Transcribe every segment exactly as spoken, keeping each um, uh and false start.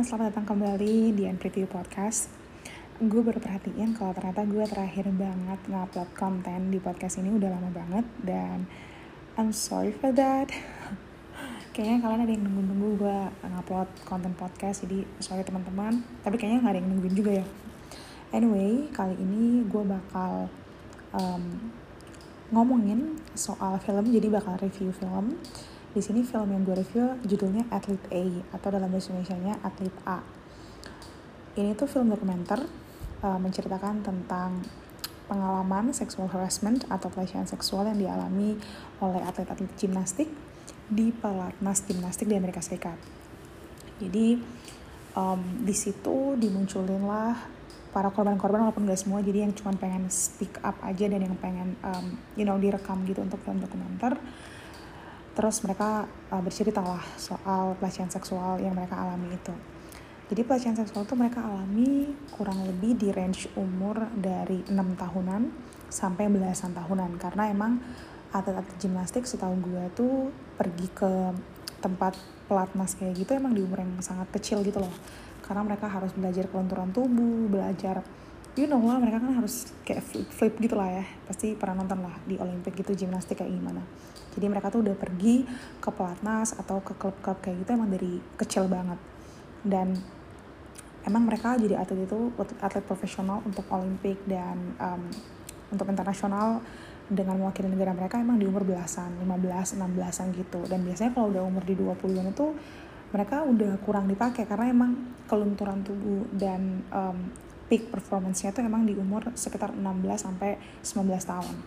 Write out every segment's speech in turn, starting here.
selamat datang kembali di Unpreview Podcast. Gue baru perhatiin kalau ternyata gue terakhir banget ngupload konten di podcast ini udah lama banget. Dan I'm sorry for that. Kayaknya kalian ada yang nunggu-nunggu gue ngupload konten podcast, jadi sorry teman-teman. Tapi kayaknya gak ada yang nungguin juga ya. Anyway, kali ini gue bakal um, ngomongin soal film, jadi bakal review film. Di sini film yang gue review judulnya Athlete A atau dalam bahasa Indonesianya Athlete A. Ini tuh film dokumenter uh, menceritakan tentang pengalaman sexual harassment atau pelecehan seksual yang dialami oleh atlet-atlet gimnastik di pelatnas gimnastik di Amerika Serikat. Jadi um, di situ dimunculin lah para korban-korban, walaupun gak semua, jadi yang cuma pengen speak up aja dan yang pengen um, you know direkam gitu untuk film dokumenter. Terus mereka uh, bercerita lah soal pelecehan seksual yang mereka alami itu. Jadi pelecehan seksual itu mereka alami kurang lebih di range umur dari enam tahunan sampai belasan tahunan. Karena emang atlet-atlet gimnastik setahu gue tuh pergi ke tempat pelatnas kayak gitu emang di umur yang sangat kecil gitu loh. Karena mereka harus belajar kelenturan tubuh, belajar, you know lah, mereka kan harus kayak flip-flip gitu lah ya. Pasti pernah nonton lah di Olimpik gitu gimnastik kayak gimana. Jadi mereka tuh udah pergi ke pelatnas atau ke klub-klub kayak gitu emang dari kecil banget. Dan emang mereka jadi atlet itu atlet profesional untuk Olimpik dan um, untuk internasional dengan mewakili negara mereka emang di umur belasan, lima belas, enam belasan gitu. Dan biasanya kalau udah umur di dua puluhan itu mereka udah kurang dipakai karena emang kelenturan tubuh dan um, peak performance-nya tuh emang di umur sekitar enam belas sampai sembilan belas tahun.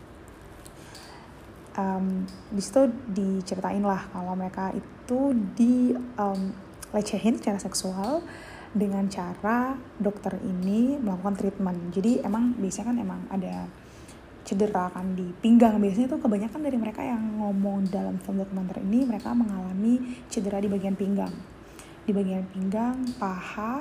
Um, di situ diceritain lah kalau mereka itu di um, lecehin secara seksual dengan cara dokter ini melakukan treatment. Jadi emang biasanya kan emang ada cedera kan di pinggang. Biasanya tuh kebanyakan dari mereka yang ngomong dalam film dokumenter ini mereka mengalami cedera di bagian pinggang, di bagian pinggang, paha,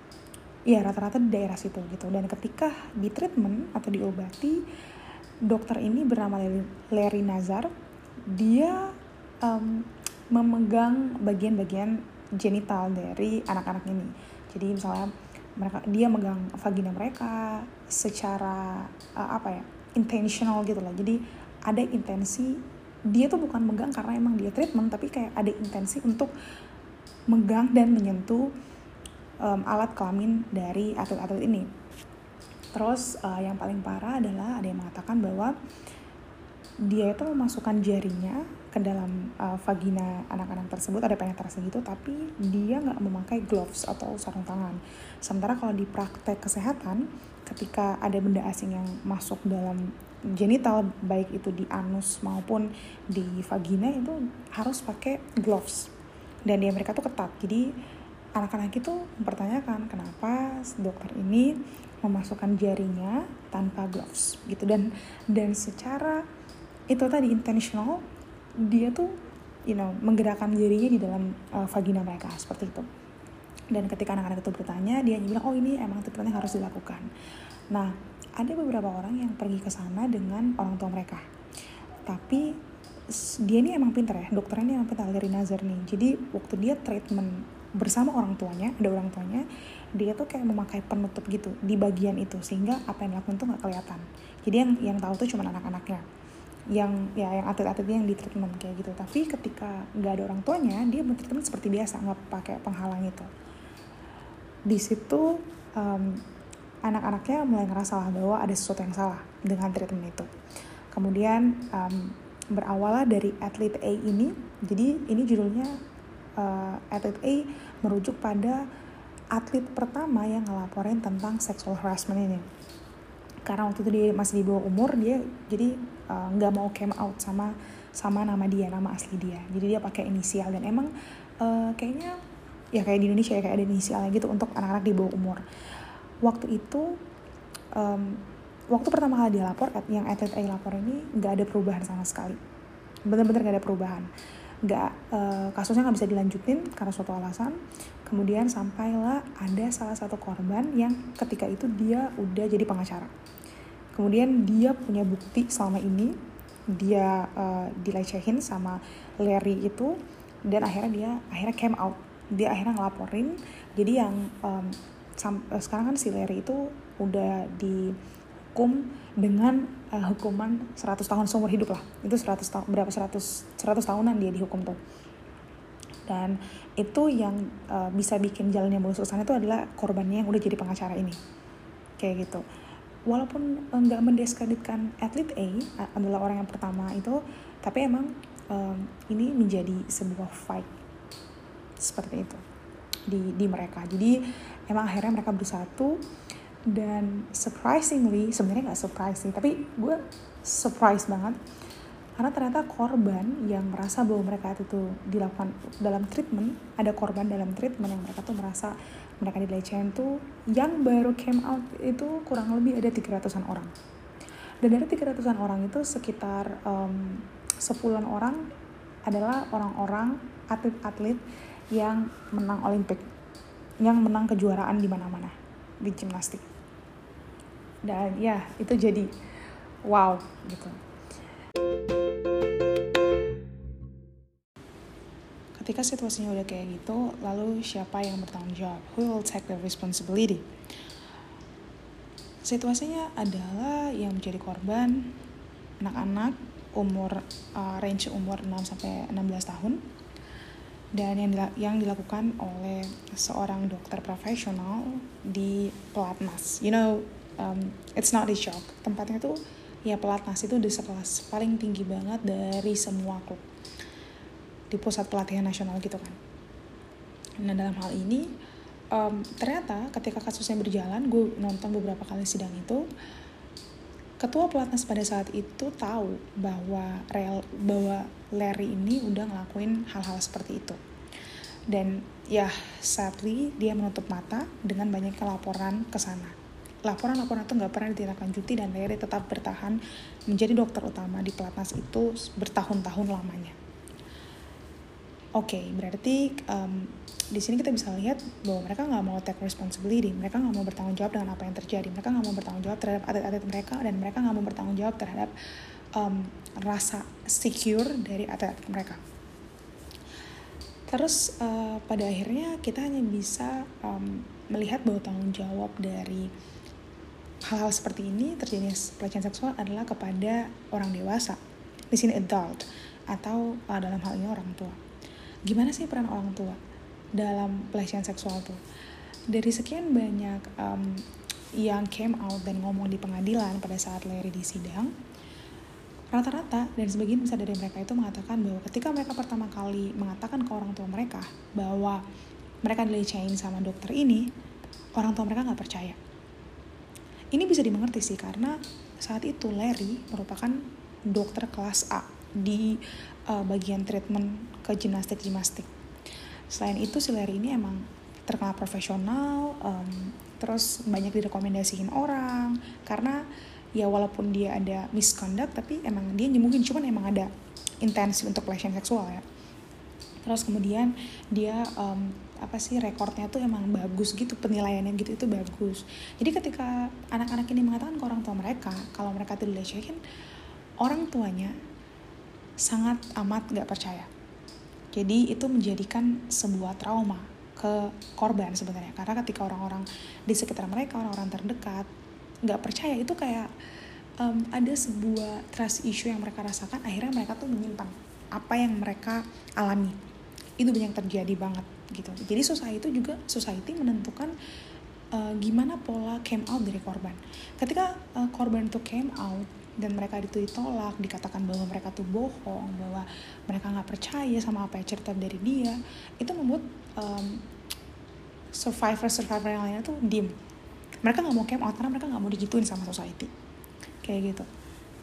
ya rata-rata di daerah situ gitu. Dan ketika di treatment atau diobati, dokter ini bernama Larry Nassar, dia um, memegang bagian-bagian genital dari anak-anak ini. Jadi misalnya mereka dia megang vagina mereka secara uh, apa ya intentional gitu lah. Jadi ada intensi, dia tuh bukan megang karena emang dia treatment, tapi kayak ada intensi untuk megang dan menyentuh um, alat kelamin dari atlet-atlet ini. Terus uh, yang paling parah adalah ada yang mengatakan bahwa dia itu memasukkan jarinya ke dalam uh, vagina anak-anak tersebut, ada penetrasi gitu, tapi dia nggak memakai gloves atau sarung tangan. Sementara kalau di praktek kesehatan, ketika ada benda asing yang masuk dalam genital, baik itu di anus maupun di vagina, itu harus pakai gloves. Dan di Amerika tuh ketat. Jadi anak-anak itu mempertanyakan kenapa dokter ini memasukkan jarinya tanpa gloves gitu. Dan dan secara itu tadi intentional, dia tuh you know menggerakkan jarinya di dalam uh, vagina mereka seperti itu. Dan ketika anak-anak itu bertanya, dia bilang oh ini emang treatment yang harus dilakukan. Nah, ada beberapa orang yang pergi ke sana dengan orang tua mereka. Tapi dia ini emang pintar ya, dokternya ini emang pintar, Larry Nassar nih. Jadi waktu dia treatment bersama orang tuanya, ada orang tuanya, dia tuh kayak memakai penutup gitu di bagian itu sehingga apa yang dilakukan tuh nggak kelihatan. Jadi yang yang tahu tuh cuma anak-anaknya, yang ya yang atlet-atletnya yang di treatment kayak gitu. Tapi ketika nggak ada orang tuanya, dia treatment seperti biasa, nggak pakai penghalang itu. Di situ um, anak-anaknya mulai ngerasa lah bahwa ada sesuatu yang salah dengan treatment itu. Kemudian um, berawal dari Athlete A ini. Jadi ini judulnya uh, Athlete A merujuk pada atlet pertama yang ngelaporin tentang sexual harassment ini. Karena waktu itu dia masih di bawah umur, dia jadi nggak uh, mau came out sama sama nama dia, nama asli dia. Jadi dia pakai inisial dan emang uh, kayaknya ya kayak di Indonesia ya kayak ada inisialnya gitu untuk anak-anak di bawah umur. Waktu itu um, waktu pertama kali dia lapor, yang Athlete A lapor ini nggak ada perubahan sama sekali, benar-benar nggak ada perubahan, nggak uh, kasusnya nggak bisa dilanjutin karena suatu alasan. Kemudian sampailah ada salah satu korban yang ketika itu dia udah jadi pengacara. Kemudian dia punya bukti selama ini dia uh, dilecehin sama Larry itu, dan akhirnya dia akhirnya came out, dia akhirnya ngelaporin Jadi yang um, sam- sekarang kan si Larry itu udah dihukum dengan uh, hukuman seratus tahun seumur hidup lah. Itu seratus tahun, berapa seratus seratus tahunan dia dihukum tuh. Dan itu yang uh, bisa bikin jalannya mulus ke sana itu adalah korbannya yang udah jadi pengacara ini. Kayak gitu. Walaupun nggak uh, mendiskreditkan atlet A uh, adalah orang yang pertama itu, tapi emang um, ini menjadi sebuah fight seperti itu di di mereka. Jadi emang akhirnya mereka bersatu, dan surprisingly, sebenarnya nggak surprise sih, tapi gue surprise banget karena ternyata korban yang merasa bahwa mereka itu dilakukan dalam treatment, ada korban dalam treatment yang mereka tuh merasa mereka dilecehin tuh yang baru came out itu kurang lebih ada tiga ratusan orang. Dan dari tiga ratusan orang itu sekitar um, sepuluhan orang adalah orang-orang atlet-atlet yang menang Olimpik, yang menang kejuaraan di mana-mana di gimnastik. Dan ya itu jadi wow gitu. Ketika situasinya udah kayak gitu, lalu siapa yang bertanggung jawab? Who will take the responsibility? Situasinya adalah yang menjadi korban anak-anak umur uh, range umur enam sampai enam belas tahun, dan yang dila- yang dilakukan oleh seorang dokter profesional di pelatnas. You know, um, it's not a joke. Tempatnya tuh ya pelatnas itu di sekelas paling tinggi banget dari semua klub di pusat pelatihan nasional gitu kan. Nah dalam hal ini um, ternyata ketika kasusnya berjalan, gue nonton beberapa kali sidang itu, ketua pelatnas pada saat itu tahu bahwa real bahwa Larry ini udah ngelakuin hal-hal seperti itu, dan ya sadly dia menutup mata dengan banyaknya laporan ke sana. Laporan-laporan itu nggak pernah ditindaklanjuti, dan Larry tetap bertahan menjadi dokter utama di pelatnas itu bertahun-tahun lamanya. Oke, okay, berarti um, di sini kita bisa lihat bahwa mereka nggak mau take responsibility, mereka nggak mau bertanggung jawab dengan apa yang terjadi, mereka nggak mau bertanggung jawab terhadap atlet-atlet mereka, dan mereka nggak mau bertanggung jawab terhadap um, rasa secure dari atlet mereka. Terus uh, pada akhirnya kita hanya bisa um, melihat bahwa tanggung jawab dari hal-hal seperti ini, terjadinya pelecehan seksual, adalah kepada orang dewasa. Di sini adult, atau uh, dalam hal ini orang tua. Gimana sih peran orang tua dalam pelecehan seksual tuh? Dari sekian banyak um, yang came out dan ngomong di pengadilan pada saat Larry di sidang, rata-rata dan sebagian besar dari mereka itu mengatakan bahwa ketika mereka pertama kali mengatakan ke orang tua mereka bahwa mereka dilecehin sama dokter ini, orang tua mereka nggak percaya. Ini bisa dimengerti sih, karena saat itu Larry merupakan dokter kelas A di uh, bagian treatment ke gimnastik-gimnastik. Selain itu si Larry ini emang terkenal profesional, um, terus banyak direkomendasiin orang, karena ya walaupun dia ada misconduct, tapi emang dia nyembuhin, cuman emang ada intensi untuk pelecehan seksual ya. Terus kemudian dia um, apa sih rekornya tuh emang bagus gitu, penilaiannya gitu itu bagus. Jadi ketika anak-anak ini mengatakan ke orang tua mereka kalau mereka tuh dilecehin, orang tuanya sangat amat gak percaya. Jadi itu menjadikan sebuah trauma ke korban sebenarnya, karena ketika orang-orang di sekitar mereka, orang-orang terdekat gak percaya, itu kayak um, ada sebuah trust issue yang mereka rasakan. Akhirnya mereka tuh menyimpan apa yang mereka alami. Itu banyak terjadi banget gitu. Jadi society itu juga society menentukan uh, gimana pola came out dari korban. Ketika uh, korban itu came out dan mereka itu ditolak, dikatakan bahwa mereka tuh bohong, bahwa mereka nggak percaya sama apa yang cerita dari dia, itu membuat um, survivor-survivor yang lainnya tuh diem. Mereka nggak mau came out karena mereka nggak mau digituin sama society, kayak gitu.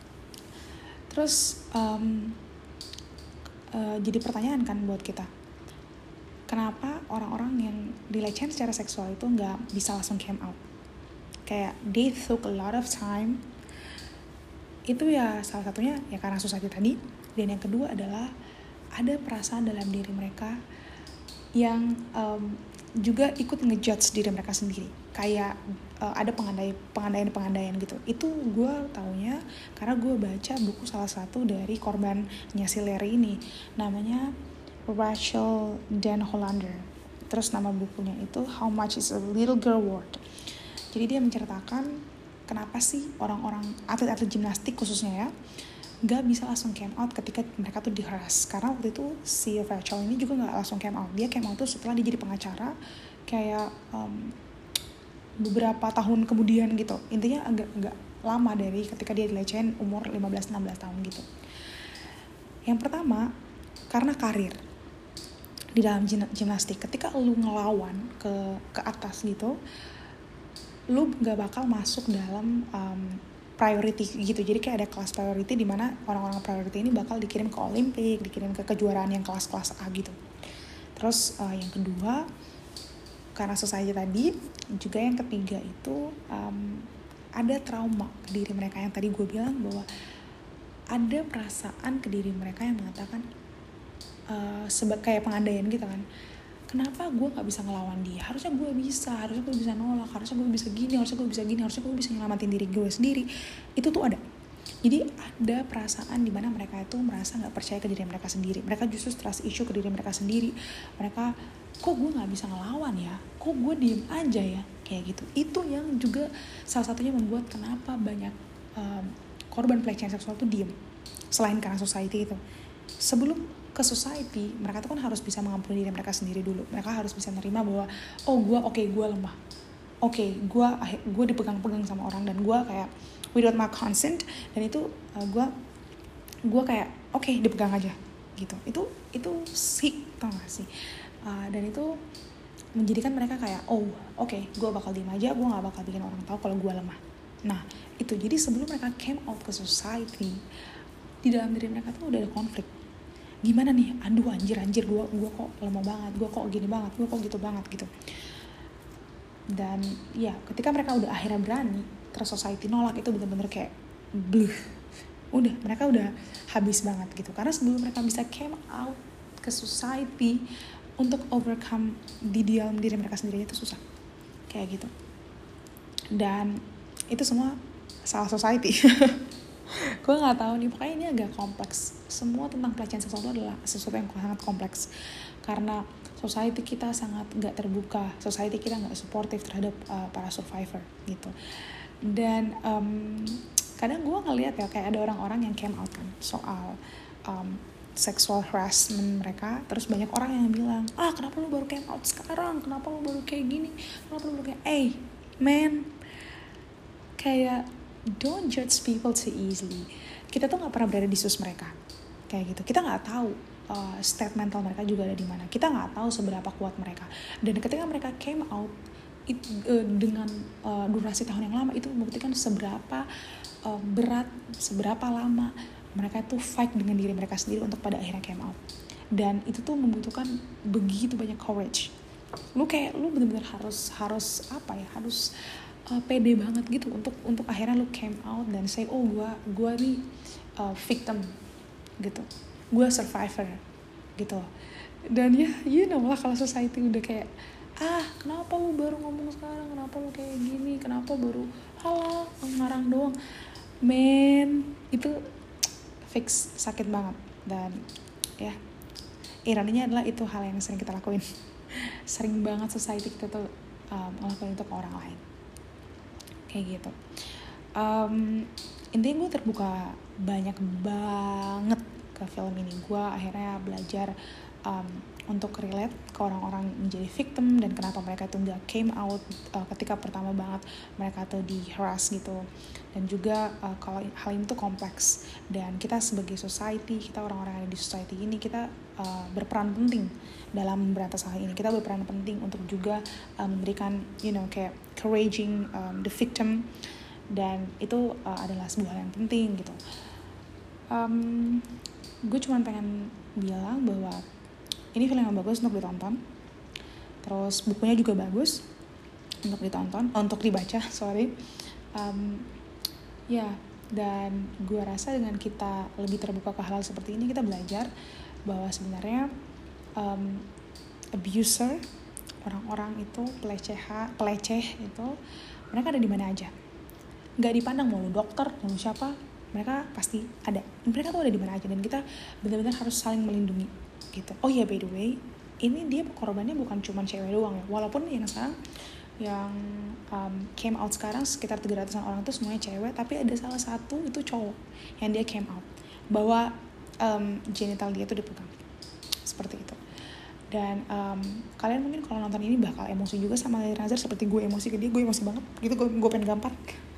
Terus um, uh, jadi pertanyaan kan buat kita, kenapa orang-orang yang dilecehin secara seksual itu nggak bisa langsung came out? Kayak they took a lot of time. Itu ya salah satunya ya karena society tadi, dan yang kedua adalah ada perasaan dalam diri mereka yang um, juga ikut ngejudge diri mereka sendiri, kayak uh, ada pengandai pengandaian-pengandaian gitu. Itu gue taunya karena gue baca buku salah satu dari korbannya si Larry ini, namanya Rachel Den Hollander. Terus nama bukunya itu How Much Is a Little Girl Worth. Jadi dia menceritakan kenapa sih orang-orang atlet-atlet gimnastik khususnya ya gak bisa langsung came out ketika mereka tuh diheras. Karena waktu itu si Rachel ini juga gak langsung came out. Dia came out tuh setelah dia jadi pengacara kayak um, beberapa tahun kemudian gitu. Intinya agak agak lama dari ketika dia dilecehin umur lima belas enam belas tahun gitu. Yang pertama, karena karir di dalam gimnastik. Ketika lu ngelawan ke ke atas gitu, lu gak bakal masuk dalam um, priority gitu. Jadi kayak ada kelas priority di mana orang-orang priority ini bakal dikirim ke Olimpik, dikirim ke kejuaraan yang kelas-kelas A gitu. Terus uh, yang kedua, karena society tadi, juga yang ketiga itu um, ada trauma ke diri mereka yang tadi gue bilang bahwa ada perasaan ke diri mereka yang mengatakan uh, seba- kayak pengandaian gitu kan. Kenapa gue gak bisa ngelawan dia? Harusnya gue bisa, harusnya gue bisa nolak, harusnya gue bisa gini, harusnya gue bisa gini, harusnya gue bisa nyelamatin diri gue sendiri. Itu tuh ada. Jadi ada perasaan di mana mereka itu merasa gak percaya ke diri mereka sendiri. Mereka justru trust issue ke diri mereka sendiri. Mereka, kok gue gak bisa ngelawan ya? Kok gue diem aja ya? Kayak gitu. Itu yang juga salah satunya membuat kenapa banyak um, korban pelecehan seksual tuh diem. Selain karena society itu. Sebelum ke society, mereka tuh kan harus bisa mengampuni diri mereka sendiri dulu. Mereka harus bisa nerima bahwa oh gue oke okay, gue lemah, oke okay, gue gue dipegang-pegang sama orang dan gue kayak without my consent, dan itu uh, gue gue kayak oke okay, dipegang aja gitu. Itu itu sih tau gak sih, uh, dan itu menjadikan mereka kayak oh oke okay, gue bakal diem aja, gue nggak bakal bikin orang tahu kalau gue lemah. Nah itu jadi sebelum mereka came out ke society, di dalam diri mereka tuh udah ada konflik. Gimana nih, aduh anjir anjir gue gue kok lemah banget, gue kok gini banget, gue kok gitu banget gitu. Dan ya ketika mereka udah akhirnya berani, terus society nolak, itu bener-bener kayak bluh, udah mereka udah habis banget gitu. Karena sebelum mereka bisa came out ke society untuk overcome di dalam diri mereka sendiri itu susah kayak gitu. Dan itu semua salah society. Gue nggak tahu nih, pokoknya ini agak kompleks. Semua tentang pelecehan seksual itu adalah sesuatu yang sangat kompleks karena society kita sangat nggak terbuka, society kita nggak supportive terhadap uh, para survivor gitu. Dan um, kadang gue ngeliat ya kayak ada orang-orang yang came out kan soal um, sexual harassment mereka, terus banyak orang yang bilang ah kenapa lu baru came out sekarang, kenapa lu baru kayak gini, kenapa lu baru kayak eh hey, man, kayak don't judge people too easily. Kita tuh nggak pernah berada di sus mereka, kayak gitu. Kita nggak tahu uh, state mental mereka juga ada di mana. Kita nggak tahu seberapa kuat mereka. Dan ketika mereka came out it, uh, dengan uh, durasi tahun yang lama, itu membuktikan seberapa uh, berat, seberapa lama mereka tuh fight dengan diri mereka sendiri untuk pada akhirnya came out. Dan itu tuh membutuhkan begitu banyak courage. Lu kayak lu benar-benar harus harus apa ya? Harus Uh, pede banget gitu untuk untuk akhirnya lu came out dan say oh gue gue nih uh, victim gitu, gue survivor gitu. Dan ya you know lah kalau society udah kayak ah kenapa lu baru ngomong sekarang, kenapa lu kayak gini, kenapa baru halah ngarang doang, men itu fix sakit banget. Dan ya ironinya adalah itu hal yang sering kita lakuin. Sering banget society kita tuh um, ngelakuin itu ke orang lain kayak gitu. Um, intinya gue terbuka banyak banget ke film ini. Gue akhirnya belajar um, untuk relate ke orang-orang menjadi victim dan kenapa mereka tuh gak came out uh, ketika pertama banget mereka tuh di harass gitu. Dan juga uh, kalau hal ini tuh kompleks dan kita sebagai society, kita orang-orang yang ada di society ini, kita uh, berperan penting dalam berantas hal ini. Kita berperan penting untuk juga uh, memberikan you know kayak encouraging um, the victim, dan itu uh, adalah sebuah hal yang penting gitu. Um, gue cuma pengen bilang bahwa ini film yang bagus untuk ditonton, terus bukunya juga bagus untuk ditonton, untuk dibaca, sorry. Um, ya, dan gue rasa dengan kita lebih terbuka ke hal seperti ini, kita belajar bahwa sebenarnya um, abuser, orang-orang itu peleceh, peleceh itu mereka ada di mana aja. Nggak dipandang mau lu dokter, mau lu siapa, mereka pasti ada. Mereka tuh ada di mana aja dan kita benar-benar harus saling melindungi gitu. Oh ya, by the way, ini dia korbannya bukan cuma cewek doang ya, walaupun yang sekarang yang um, came out sekarang sekitar tiga ratusan orang itu semuanya cewek, tapi ada salah satu itu cowok yang dia came out bahwa um, genital dia itu dipegang seperti itu. Dan um, kalian mungkin kalau nonton ini bakal emosi juga sama Larry Nassar seperti gue emosi ke dia, gue emosi banget gitu, gue gue pengen gampar.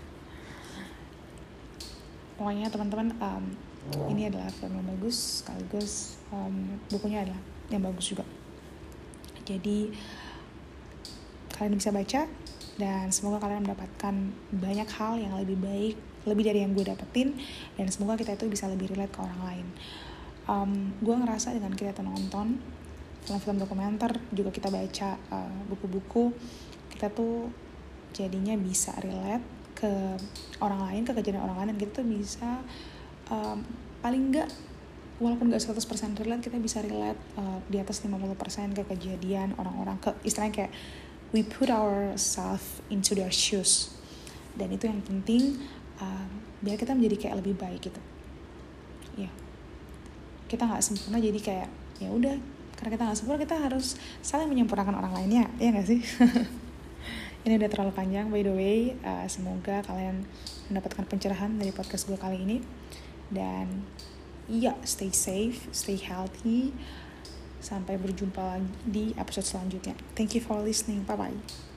Pokoknya teman-teman, um, ini adalah film yang bagus, sekaligus um, bukunya adalah yang bagus juga. Jadi kalian bisa baca dan semoga kalian mendapatkan banyak hal yang lebih baik, lebih dari yang gue dapetin, dan semoga kita itu bisa lebih relate ke orang lain. Um, gue ngerasa dengan kita tuh nonton film-film dokumenter, juga kita baca uh, buku-buku, kita tuh jadinya bisa relate ke orang lain, ke kejadian orang lain, dan kita tuh bisa um, paling enggak, walaupun gak seratus persen relate, kita bisa relate uh, di atas lima puluh persen ke kejadian orang-orang, ke istilahnya kayak we put ourselves into their shoes. Dan itu yang penting, uh, biar kita menjadi kayak lebih baik gitu. Ya, kita nggak sempurna, jadi kayak ya udah, karena kita nggak sempurna, kita harus saling menyempurnakan orang lainnya, ya nggak sih? Ini udah terlalu panjang, by the way. Uh, semoga kalian mendapatkan pencerahan dari podcast gue kali ini. Dan iya, stay safe, stay healthy. Sampai berjumpa lagi di episode selanjutnya. Thank you for listening. Bye-bye.